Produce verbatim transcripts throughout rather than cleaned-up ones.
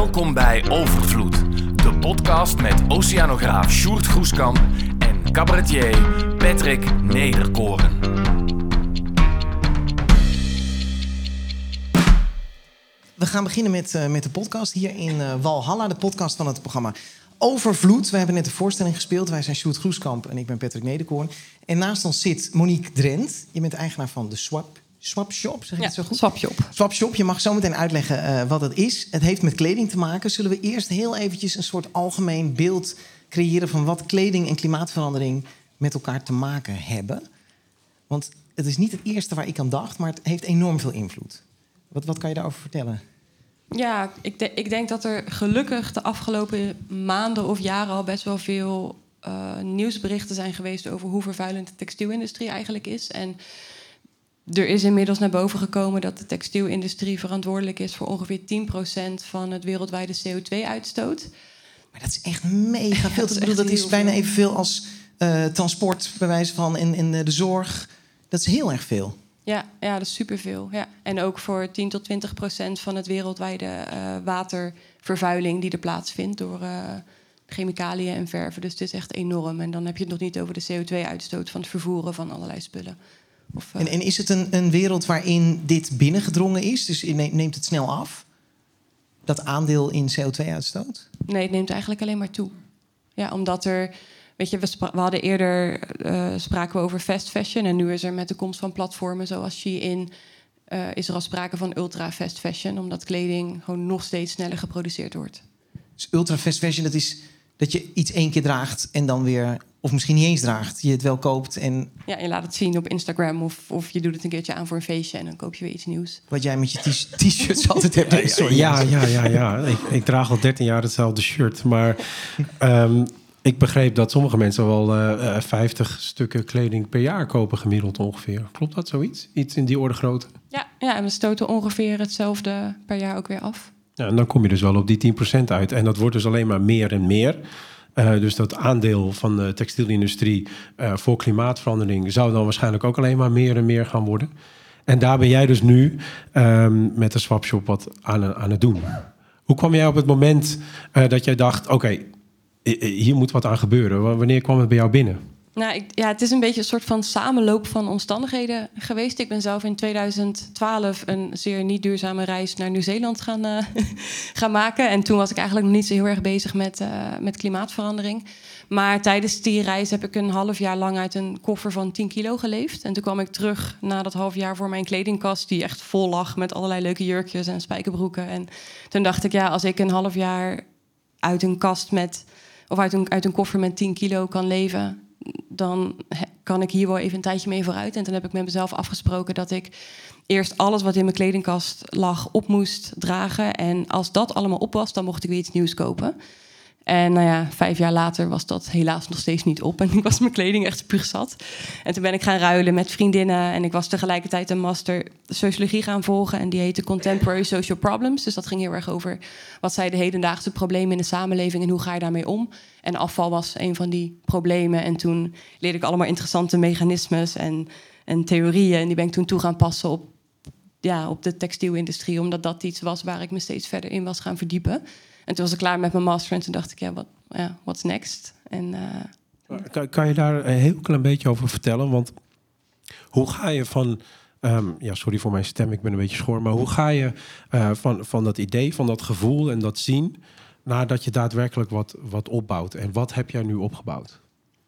Welkom bij Overvloed, de podcast met oceanograaf Sjoerd Groeskamp en cabaretier Patrick Nederkoren. We gaan beginnen met, uh, met de podcast hier in uh, Walhalla, de podcast van het programma Overvloed. We hebben net een voorstelling gespeeld. Wij zijn Sjoerd Groeskamp en ik ben Patrick Nederkoorn. En naast ons zit Monique Drent. Je bent eigenaar van de Swap, Swap Shop, zeg ik ja, het zo goed? Swap Shop. Swap Shop, je mag zo meteen uitleggen uh, wat het is. Het heeft met kleding te maken. Zullen we eerst heel eventjes een soort algemeen beeld creëren van wat kleding en klimaatverandering met elkaar te maken hebben? Want het is niet het eerste waar ik aan dacht, maar het heeft enorm veel invloed. Wat, wat kan je daarover vertellen? Ja, ik, de, ik denk dat er gelukkig de afgelopen maanden of jaren al best wel veel uh, nieuwsberichten zijn geweest over hoe vervuilend de textielindustrie eigenlijk is. En er is inmiddels naar boven gekomen dat de textielindustrie verantwoordelijk is voor ongeveer tien procent van het wereldwijde C O twee uitstoot. Maar dat is echt mega veel. Dat is, ik bedoel, dat is bijna veel. evenveel als uh, transport, bij wijze van, en, en de zorg. Dat is heel erg veel. Ja, ja, dat is superveel. Ja. En ook voor tien tot twintig procent van het wereldwijde uh, watervervuiling die er plaatsvindt door uh, chemicaliën en verven. Dus het is echt enorm. En dan heb je het nog niet over de C O twee uitstoot van het vervoeren van allerlei spullen. Of, uh... en, en is het een, een wereld waarin dit binnengedrongen is? Dus neemt het snel af? Dat aandeel in C O twee uitstoot? Nee, het neemt eigenlijk alleen maar toe. Ja, omdat er... Weet je, we, spra- we hadden eerder uh, spraken we over fast fashion. En nu is er met de komst van platformen zoals Shein... Uh, is er al sprake van ultra fast fashion. Omdat kleding gewoon nog steeds sneller geproduceerd wordt. Dus ultra fast fashion, dat is dat je iets één keer draagt en dan weer... of misschien niet eens draagt, je het wel koopt en... Ja, je laat het zien op Instagram of, of je doet het een keertje aan voor een feestje... en dan koop je weer iets nieuws. Wat jij met je t- t-shirts altijd hebt. Nee, sorry. Ja, ja, ja, ja. Ik, ik draag al dertien jaar hetzelfde shirt, maar... Um, ik begreep dat sommige mensen wel uh, vijftig stukken kleding per jaar kopen gemiddeld ongeveer. Klopt dat zoiets? Iets in die orde grootte? Ja, ja, en we stoten ongeveer hetzelfde per jaar ook weer af. Ja, en dan kom je dus wel op die tien procent uit. En dat wordt dus alleen maar meer en meer. Uh, dus dat aandeel van de textielindustrie uh, voor klimaatverandering... zou dan waarschijnlijk ook alleen maar meer en meer gaan worden. En daar ben jij dus nu um, met de Swap Shop wat aan, aan het doen. Hoe kwam jij op het moment uh, dat jij dacht... oké, okay, hier moet wat aan gebeuren. Wanneer kwam het bij jou binnen? Nou, ik, ja, het is een beetje een soort van samenloop van omstandigheden geweest. Ik ben zelf in tweeduizend twaalf een zeer niet duurzame reis naar Nieuw-Zeeland gaan, uh, gaan maken. En toen was ik eigenlijk nog niet zo heel erg bezig met, uh, met klimaatverandering. Maar tijdens die reis heb ik een half jaar lang uit een koffer van tien kilo geleefd. En toen kwam ik terug na dat half jaar voor mijn kledingkast... die echt vol lag met allerlei leuke jurkjes en spijkerbroeken. En toen dacht ik, ja, als ik een half jaar uit een kast met... of uit een, uit een koffer met tien kilo kan leven... dan kan ik hier wel even een tijdje mee vooruit. En toen heb ik met mezelf afgesproken dat ik eerst alles wat in mijn kledingkast lag op moest dragen. En als dat allemaal op was, dan mocht ik weer iets nieuws kopen. En nou ja, vijf jaar later was dat helaas nog steeds niet op. En ik was mijn kleding echt puur zat. En toen ben ik gaan ruilen met vriendinnen. En ik was tegelijkertijd een master sociologie gaan volgen. En die heette Contemporary Social Problems. Dus dat ging heel erg over wat zijn de hedendaagse problemen in de samenleving... en hoe ga je daarmee om. En afval was een van die problemen. En toen leerde ik allemaal interessante mechanismes en, en theorieën. En die ben ik toen toe gaan passen op, ja, op de textielindustrie. Omdat dat iets was waar ik me steeds verder in was gaan verdiepen. En toen was ik klaar met mijn master en toen dacht ik, ja, wat, ja, what's next? En, uh, kan, kan je daar een heel klein beetje over vertellen? Want hoe ga je van... Um, ja, sorry voor mijn stem, ik ben een beetje schor. Maar hoe ga je uh, van, van dat idee, van dat gevoel en dat zien... nadat je daadwerkelijk wat, wat opbouwt? En wat heb jij nu opgebouwd?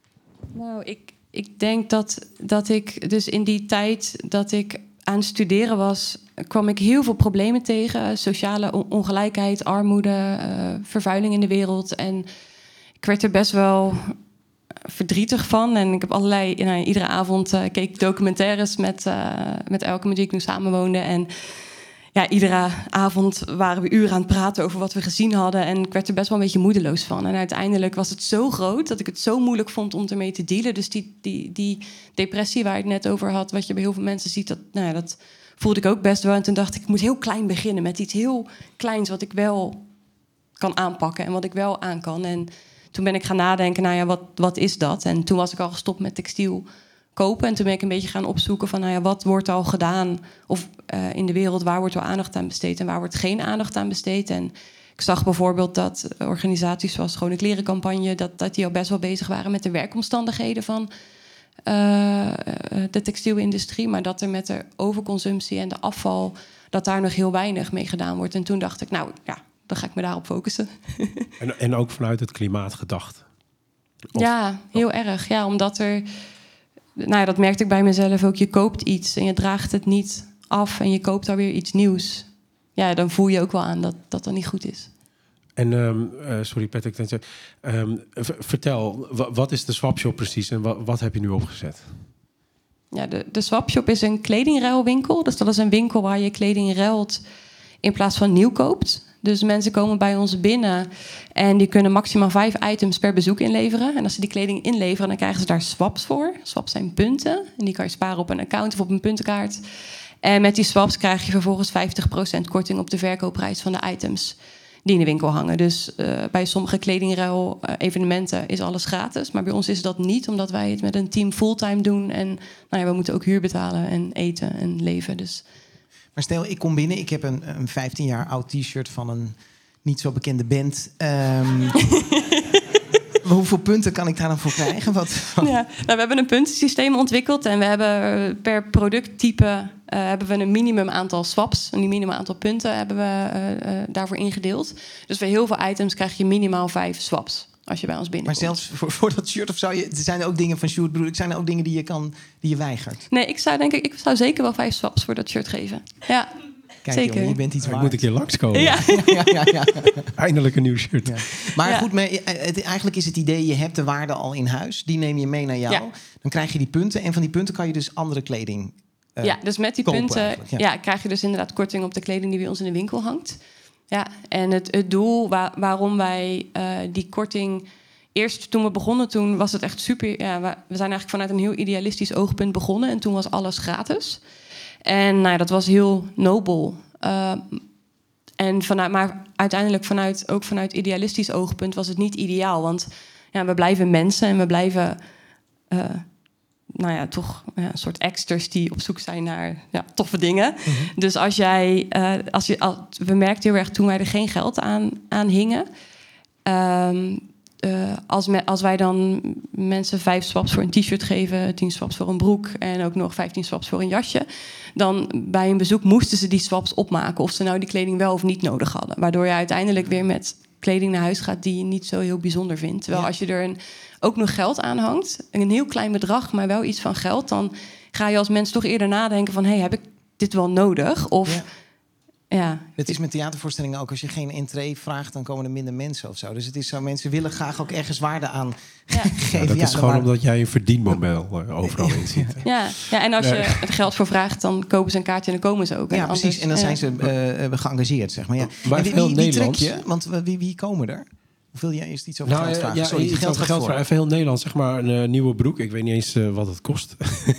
Nou, ik, ik denk dat, dat ik dus in die tijd dat ik aan het studeren was... kwam ik heel veel problemen tegen. Sociale ongelijkheid, armoede, uh, vervuiling in de wereld. En ik werd er best wel verdrietig van. En ik heb allerlei... Nou, iedere avond uh, keek ik documentaires met, uh, met Elke, met wie ik nu samenwoonde. En ja, iedere avond waren we uren aan het praten over wat we gezien hadden. En ik werd er best wel een beetje moedeloos van. En uiteindelijk was het zo groot dat ik het zo moeilijk vond om ermee te dealen. Dus die, die, die depressie waar ik het net over had, wat je bij heel veel mensen ziet, dat, nou ja, dat voelde ik ook best wel. En toen dacht ik, ik moet heel klein beginnen met iets heel kleins wat ik wel kan aanpakken en wat ik wel aan kan. En toen ben ik gaan nadenken, nou ja, wat, wat is dat? En toen was ik al gestopt met textiel kopen. En toen ben ik een beetje gaan opzoeken van, nou ja, wat wordt al gedaan? Of uh, in de wereld, waar wordt er aandacht aan besteed en waar wordt geen aandacht aan besteed? En ik zag bijvoorbeeld dat organisaties zoals Schone Klerencampagne... dat, dat die al best wel bezig waren met de werkomstandigheden van uh, de textielindustrie... maar dat er met de overconsumptie en de afval... dat daar nog heel weinig mee gedaan wordt. En toen dacht ik, nou ja, dan ga ik me daarop focussen. En, en ook vanuit het klimaat gedacht? Of? Ja, heel oh. erg. Ja, omdat er... Nou ja, dat merkte ik bij mezelf ook. Je koopt iets en je draagt het niet af... en je koopt daar weer iets nieuws. Ja, dan voel je ook wel aan dat dat dan niet goed is. En, um, uh, sorry Patrick, um, v- vertel, w- wat is de Swapshop precies en w- wat heb je nu opgezet? Ja, de, de Swapshop is een kledingruilwinkel. Dus dat is een winkel waar je kleding ruilt in plaats van nieuw koopt. Dus mensen komen bij ons binnen en die kunnen maximaal vijf items per bezoek inleveren. En als ze die kleding inleveren, dan krijgen ze daar swaps voor. Swaps zijn punten en die kan je sparen op een account of op een puntenkaart. En met die swaps krijg je vervolgens vijftig procent korting op de verkoopprijs van de items die in de winkel hangen. Dus uh, bij sommige kledingruil-evenementen is alles gratis. Maar bij ons is dat niet, omdat wij het met een team fulltime doen. En nou ja, we moeten ook huur betalen en eten en leven. Dus... Maar stel, ik kom binnen, ik heb een, een vijftien jaar oud t-shirt van een niet zo bekende band. Um, hoeveel punten kan ik daar dan voor krijgen? Wat, wat... Ja, nou, we hebben een puntensysteem ontwikkeld en we hebben per producttype uh, hebben we een minimum aantal swaps. En die minimum aantal punten hebben we uh, uh, daarvoor ingedeeld. Dus voor heel veel items krijg je minimaal vijf swaps als je bij ons binnenkomt. Maar zelfs voor, voor dat shirt of zou je... Er zijn er ook dingen van Sjoerd, broer, zijn er ook dingen die je kan, die je weigert? Nee, ik zou denk ik, ik zou zeker wel vijf swaps voor dat shirt geven. Ja. Kijk, zeker. Jongen, je bent iets Ik waard. moet een keer langskomen. Ja. ja, ja, ja. Eindelijk een nieuw shirt. Ja. Maar Ja. goed, maar het, eigenlijk is het idee, je hebt de waarde al in huis. Die neem je mee naar jou. Ja. Dan krijg je die punten. En van die punten kan je dus andere kleding uh, Ja, dus met die kopen punten eigenlijk, ja. ja. krijg je dus inderdaad korting op de kleding die bij ons in de winkel hangt. Ja, en het, het doel waar, waarom wij uh, die korting... Eerst toen we begonnen, toen was het echt super... Ja, we, we zijn eigenlijk vanuit een heel idealistisch oogpunt begonnen. En toen was alles gratis. En nou ja, dat was heel nobel. Uh, en vanuit, maar uiteindelijk vanuit, ook vanuit idealistisch oogpunt was het niet ideaal. Want ja, we blijven mensen en we blijven... Uh, nou ja, toch ja, een soort exters die op zoek zijn naar ja, toffe dingen. Mm-hmm. Dus als jij... Uh, als je, als, we merkten heel erg toen wij er geen geld aan, aan hingen... Um, Uh, als, me, als wij dan mensen vijf swaps voor een t-shirt geven... tien swaps voor een broek en ook nog vijftien swaps voor een jasje... dan bij een bezoek moesten ze die swaps opmaken... of ze nou die kleding wel of niet nodig hadden. Waardoor je uiteindelijk weer met kleding naar huis gaat... die je niet zo heel bijzonder vindt. Terwijl ja. als je er een, ook nog geld aan hangt... een heel klein bedrag, maar wel iets van geld... dan ga je als mens toch eerder nadenken van... hé, hey, heb ik dit wel nodig? Of... Ja. Ja. Het is met theatervoorstellingen ook. Als je geen entree vraagt, dan komen er minder mensen of zo. Dus het is zo, mensen willen graag ook ergens waarde aan ja. geven. Ja, dat ja, is gewoon waar... omdat jij een verdienmodel uh, overal in ziet. Ja, ja, en als je er geld voor vraagt, dan kopen ze een kaartje en dan komen ze ook. Ja, precies. En dan zijn ze uh, geëngageerd, zeg maar. Ja. Maar wie, wie, wie trek je? Want wie, wie komen er? Of wil jij eerst iets over nou, geld vragen? Ja, Sorry, iets geld over geld vragen. Even heel Nederland, zeg maar een uh, nieuwe broek. Ik weet niet eens uh, wat het kost.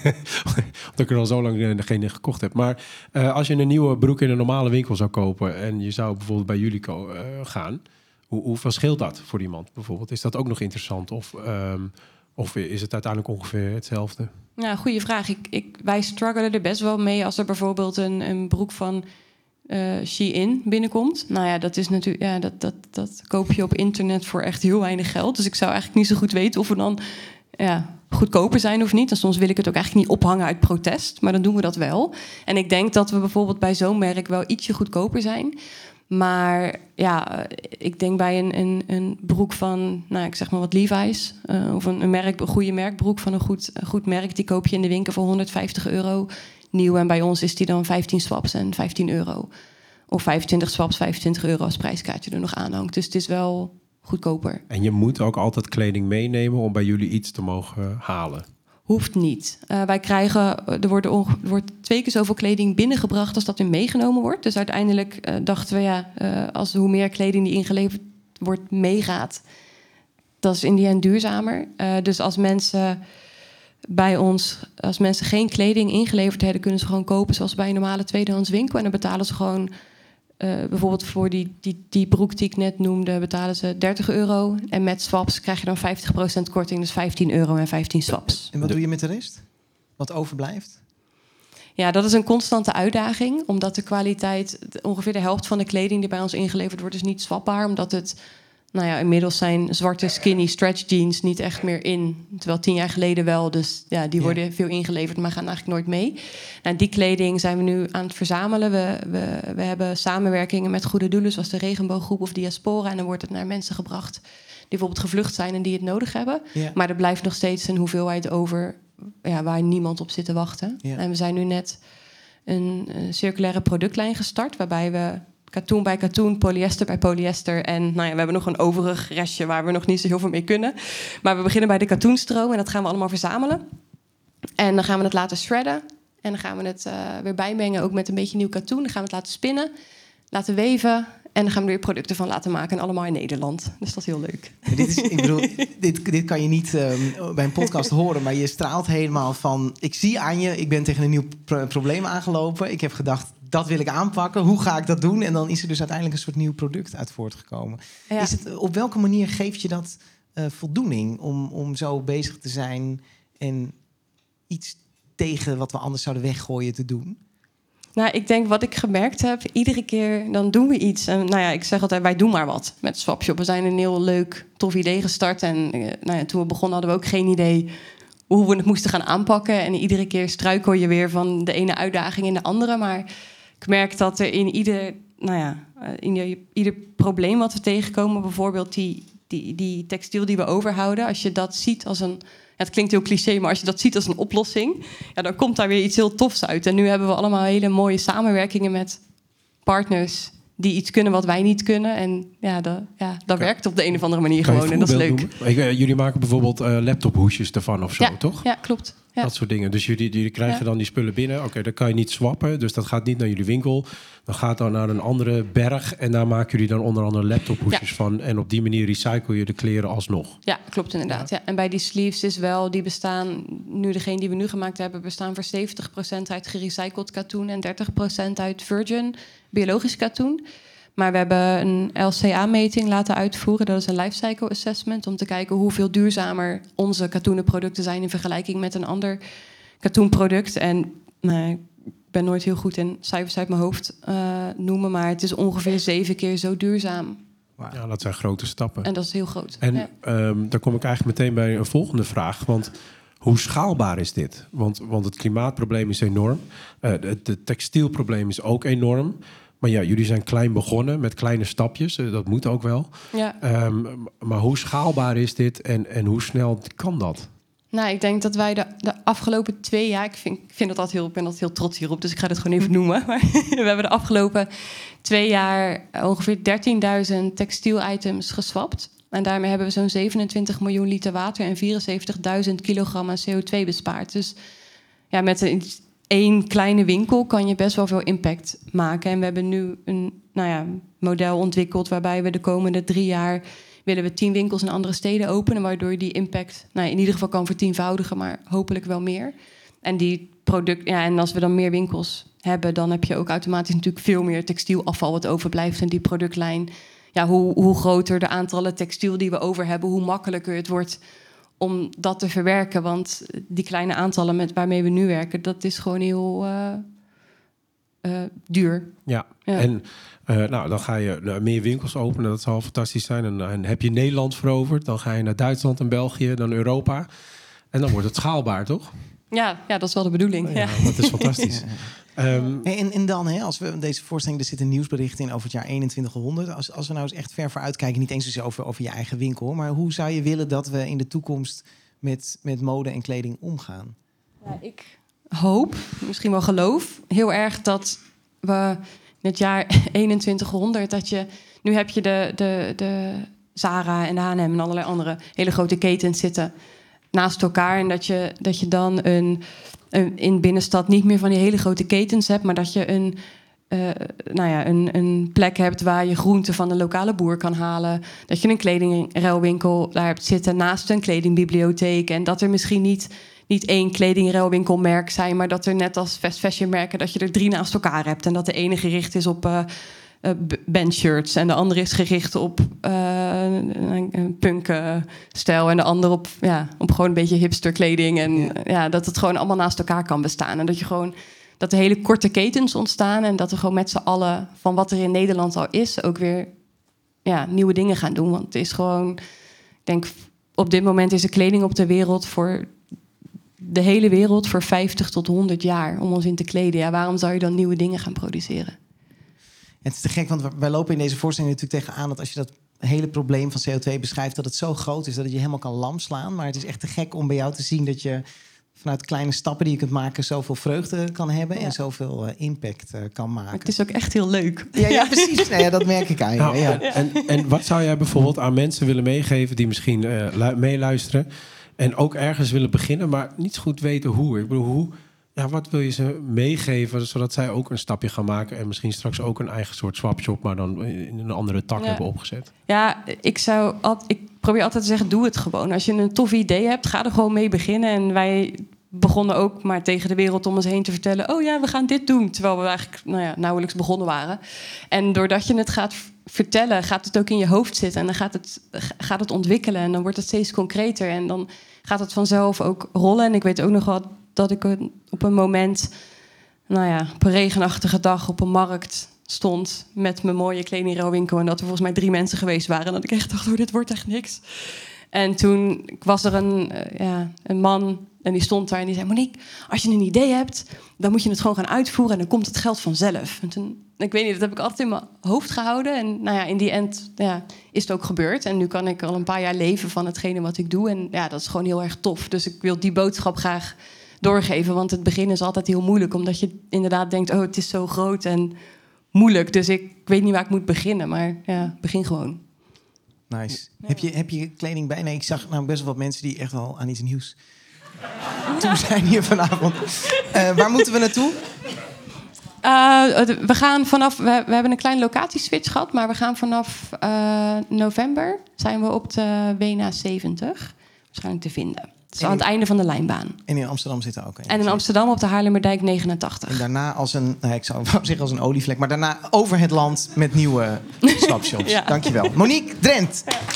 Omdat ik er al zo lang uh, geen gekocht heb. Maar uh, als je een nieuwe broek in een normale winkel zou kopen... en je zou bijvoorbeeld bij jullie ko- uh, gaan... Hoe, hoeveel scheelt dat voor iemand bijvoorbeeld? Is dat ook nog interessant? Of, um, of is het uiteindelijk ongeveer hetzelfde? Nou, goede vraag. Ik, ik, wij struggelen er best wel mee als er bijvoorbeeld een, een broek van... Uh, Shein binnenkomt. Nou ja, dat is natuurlijk, ja, dat, dat, dat koop je op internet voor echt heel weinig geld. Dus ik zou eigenlijk niet zo goed weten of we dan ja, goedkoper zijn of niet. En soms wil ik het ook eigenlijk niet ophangen uit protest, maar dan doen we dat wel. En ik denk dat we bijvoorbeeld bij zo'n merk wel ietsje goedkoper zijn. Maar ja, ik denk bij een, een, een broek van, nou, ik zeg maar wat Levi's, uh, of een, een merk, een goede merkbroek van een goed, een goed merk, die koop je in de winkel voor honderdvijftig euro. Nieuw, en bij ons is die dan vijftien swaps en vijftien euro. Of vijfentwintig swaps, vijfentwintig euro als prijskaartje er nog aan hangt. Dus het is wel goedkoper. En je moet ook altijd kleding meenemen om bij jullie iets te mogen halen? Hoeft niet. Uh, wij krijgen, er wordt, onge- er wordt twee keer zoveel kleding binnengebracht als dat er meegenomen wordt. Dus uiteindelijk uh, dachten we, ja, uh, als hoe meer kleding die ingeleverd wordt meegaat, dat is in die end duurzamer. Uh, dus als mensen... bij ons, als mensen geen kleding ingeleverd hebben, kunnen ze gewoon kopen zoals bij een normale tweedehands winkel. En dan betalen ze gewoon, uh, bijvoorbeeld voor die, die, die broek die ik net noemde, betalen ze dertig euro. En met swaps krijg je dan vijftig procent korting, dus vijftien euro en vijftien swaps. En wat doe je met de rest? Wat overblijft? Ja, dat is een constante uitdaging. Omdat de kwaliteit, ongeveer de helft van de kleding die bij ons ingeleverd wordt, is niet swapbaar. Omdat het, nou ja, inmiddels zijn zwarte skinny stretch jeans niet echt meer in. Terwijl tien jaar geleden wel. Dus ja, die worden ja. veel ingeleverd, maar gaan eigenlijk nooit mee. Nou, die kleding zijn we nu aan het verzamelen. We, we, we hebben samenwerkingen met goede doelen, zoals de Regenbooggroep of Diaspora. En dan wordt het naar mensen gebracht die bijvoorbeeld gevlucht zijn en die het nodig hebben. Ja. Maar er blijft nog steeds een hoeveelheid over, ja, waar niemand op zit te wachten. Ja. En we zijn nu net een, een circulaire productlijn gestart, waarbij we katoen bij katoen, polyester bij polyester. En nou ja, we hebben nog een overig restje waar we nog niet zo heel veel mee kunnen. Maar we beginnen bij de katoenstroom en dat gaan we allemaal verzamelen. En dan gaan we het laten shredden. En dan gaan we het uh, weer bijmengen, ook met een beetje nieuw katoen. Dan gaan we het laten spinnen, laten weven. En dan gaan we er weer producten van laten maken. En allemaal in Nederland. Dus dat is heel leuk. Ja, dit, is, ik bedoel, dit, dit kan je niet um, bij een podcast horen. Maar je straalt helemaal van, ik zie aan je, ik ben tegen een nieuw pro- probleem aangelopen. Ik heb gedacht, dat wil ik aanpakken. Hoe ga ik dat doen? En dan is er dus uiteindelijk een soort nieuw product uit voortgekomen. Ja. Is het, op welke manier geeft je dat uh, voldoening om, om zo bezig te zijn en iets tegen wat we anders zouden weggooien te doen? Nou, ik denk wat ik gemerkt heb, iedere keer dan doen we iets. En nou ja, ik zeg altijd, wij doen maar wat met Swapshop. We zijn een heel leuk, tof idee gestart. En nou ja, toen we begonnen hadden we ook geen idee hoe we het moesten gaan aanpakken. En iedere keer struikel je weer van de ene uitdaging in de andere. Maar ik merk dat er in ieder, nou ja, in ieder probleem wat we tegenkomen, bijvoorbeeld die, die, die textiel die we overhouden, als je dat ziet als een... Ja, het klinkt heel cliché, maar als je dat ziet als een oplossing, ja, dan komt daar weer iets heel tofs uit. En nu hebben we allemaal hele mooie samenwerkingen met partners die iets kunnen wat wij niet kunnen. En ja, dat, ja, dat ja. werkt op de een of andere manier kan gewoon. En dat is leuk. Ik, uh, jullie maken bijvoorbeeld uh, laptophoesjes ervan of zo, ja, toch? Ja, klopt. Ja. Dat soort dingen. Dus jullie, jullie krijgen ja. dan die spullen binnen. Oké, okay, dat kan je niet swappen. Dus dat gaat niet naar jullie winkel. Dan gaat dan naar een andere berg. En daar maken jullie dan onder andere laptophoesjes ja. van. En op die manier recycle je de kleren alsnog. Ja, klopt inderdaad. Ja. Ja. En bij die sleeves is wel, die bestaan, nu degene die we nu gemaakt hebben, bestaan voor zeventig procent uit gerecycled katoen en dertig procent uit virgin biologisch katoen. Maar we hebben een L C A-meting laten uitvoeren. Dat is een lifecycle assessment. Om te kijken hoeveel duurzamer onze katoenen producten zijn in vergelijking met een ander katoenproduct. En nou, ik ben nooit heel goed in cijfers uit mijn hoofd uh, noemen. Maar het is ongeveer zeven keer zo duurzaam. Ja, dat zijn grote stappen. En dat is heel groot. En ja. um, dan kom ik eigenlijk meteen bij een volgende vraag. Want hoe schaalbaar is dit? Want, want het klimaatprobleem is enorm. Uh, het, het textielprobleem is ook enorm. Maar ja, jullie zijn klein begonnen met kleine stapjes. Dat moet ook wel. Ja. Um, maar hoe schaalbaar is dit en, en hoe snel kan dat? Nou, ik denk dat wij de, de afgelopen twee jaar... Ik vind, ik vind dat altijd heel, ik ben altijd heel trots hierop, dus ik ga dit gewoon even noemen. Maar we hebben de afgelopen twee jaar ongeveer dertienduizend textielitems geswapt. En daarmee hebben we zo'n zevenentwintig miljoen liter water en vierenzeventigduizend kilogram aan C O twee bespaard. Dus ja, met een... één kleine winkel kan je best wel veel impact maken. En we hebben nu een nou ja, model ontwikkeld waarbij we de komende drie jaar willen we tien winkels in andere steden openen, waardoor je die impact nou, in ieder geval kan vertienvoudigen, maar hopelijk wel meer. En die product, ja, en als we dan meer winkels hebben, dan heb je ook automatisch natuurlijk veel meer textielafval wat overblijft. En die productlijn, ja, hoe, hoe groter de aantallen textiel die we over hebben, hoe makkelijker het wordt om dat te verwerken. Want die kleine aantallen met waarmee we nu werken, dat is gewoon heel uh, uh, duur. Ja, ja. en uh, nou, dan ga je uh, meer winkels openen. Dat zal fantastisch zijn. En, en heb je Nederland veroverd, dan ga je naar Duitsland en België, dan Europa. En dan wordt het schaalbaar, toch? Ja, ja, dat is wel de bedoeling. Ja, ja. Dat is fantastisch. Um, en, en dan, hè, als we deze voorstelling, er zit een nieuwsbericht in over het jaar eenentwintighonderd. Als, als we nou eens echt ver vooruit kijken, niet eens zozeer over, over je eigen winkel, maar hoe zou je willen dat we in de toekomst met, met mode en kleding omgaan? Ja, ik hoop, misschien wel geloof, heel erg dat we in het jaar eenentwintighonderd, dat je, nu heb je de, de, de Zara en de H en M en allerlei andere hele grote ketens zitten naast elkaar. En dat je, dat je dan een, een in binnenstad niet meer van die hele grote ketens hebt, maar dat je een, uh, nou ja, een, een plek hebt waar je groenten van een lokale boer kan halen. Dat je een kledingruilwinkel daar hebt zitten naast een kledingbibliotheek. En dat er misschien niet, niet één kledingruilwinkelmerk zijn, maar dat er net als fast fashion merken, dat je er drie naast elkaar hebt. En dat de ene gericht is op Uh, Uh, bandshirts en de andere is gericht op uh, een punk-stijl en de andere op, ja, op gewoon een beetje hipsterkleding en ja. ja, dat het gewoon allemaal naast elkaar kan bestaan en dat je gewoon dat er hele korte ketens ontstaan en dat we gewoon met z'n allen van wat er in Nederland al is ook weer ja, nieuwe dingen gaan doen. Want het is gewoon, ik denk, op dit moment is er kleding op de wereld voor de hele wereld voor vijftig tot honderd jaar om ons in te kleden. Ja, waarom zou je dan nieuwe dingen gaan produceren? Het is te gek, want wij lopen in deze voorstelling natuurlijk tegenaan dat als je dat hele probleem van C O twee beschrijft, dat het zo groot is dat het je helemaal kan lam slaan. Maar het is echt te gek om bij jou te zien dat je vanuit kleine stappen die je kunt maken zoveel vreugde kan hebben ja. en zoveel uh, impact uh, kan maken. Het is ook echt heel leuk. Ja, ja precies. Nou ja, dat merk ik aan je. Nou, ja. en, en wat zou jij bijvoorbeeld aan mensen willen meegeven die misschien uh, lu- meeluisteren en ook ergens willen beginnen, maar niet zo goed weten hoe? Ik bedoel, hoe? Ja, wat wil je ze meegeven, zodat zij ook een stapje gaan maken en misschien straks ook een eigen soort swapshop, maar dan in een andere tak ja. hebben opgezet? Ja, ik zou altijd, ik probeer altijd te zeggen, doe het gewoon. Als je een tof idee hebt, ga er gewoon mee beginnen. En wij begonnen ook maar tegen de wereld om ons heen te vertellen, oh ja, we gaan dit doen, terwijl we eigenlijk nou ja, nauwelijks begonnen waren. En doordat je het gaat vertellen, gaat het ook in je hoofd zitten en dan gaat het, gaat het ontwikkelen en dan wordt het steeds concreter en dan gaat het vanzelf ook rollen. En ik weet ook nog wel dat ik op een moment, nou ja, op een regenachtige dag op een markt stond met mijn mooie kledingruilwinkel en dat er volgens mij drie mensen geweest waren en dat ik echt dacht, oh, dit wordt echt niks. En toen was er een, uh, ja, een man en die stond daar en die zei, Monique, als je een idee hebt, dan moet je het gewoon gaan uitvoeren en dan komt het geld vanzelf. En toen, ik weet niet, dat heb ik altijd in mijn hoofd gehouden. En nou ja, in die end ja, is het ook gebeurd. En nu kan ik al een paar jaar leven van hetgene wat ik doe. En ja, dat is gewoon heel erg tof. Dus ik wil die boodschap graag doorgeven. Want het begin is altijd heel moeilijk. Omdat je inderdaad denkt, oh, het is zo groot en moeilijk. Dus ik weet niet waar ik moet beginnen. Maar ja, begin gewoon. Nice. Ja. Heb, je, heb je kleding bij? Nee, ik zag nou best wel wat mensen die echt wel aan iets nieuws toe zijn hier vanavond. Uh, waar moeten we naartoe? Uh, we gaan vanaf. We, we hebben een kleine locatieswitch gehad, maar we gaan vanaf uh, november zijn we op de W N A zeventig waarschijnlijk te vinden. Het is aan het einde van de lijnbaan. En in Amsterdam zitten ook. En in Amsterdam op de Haarlemmerdijk negenentachtig. En daarna als een, nou, ik zou zeggen als een olievlek, maar daarna over het land met nieuwe swapshops. Ja. Dankjewel. Monique Drent. Ja.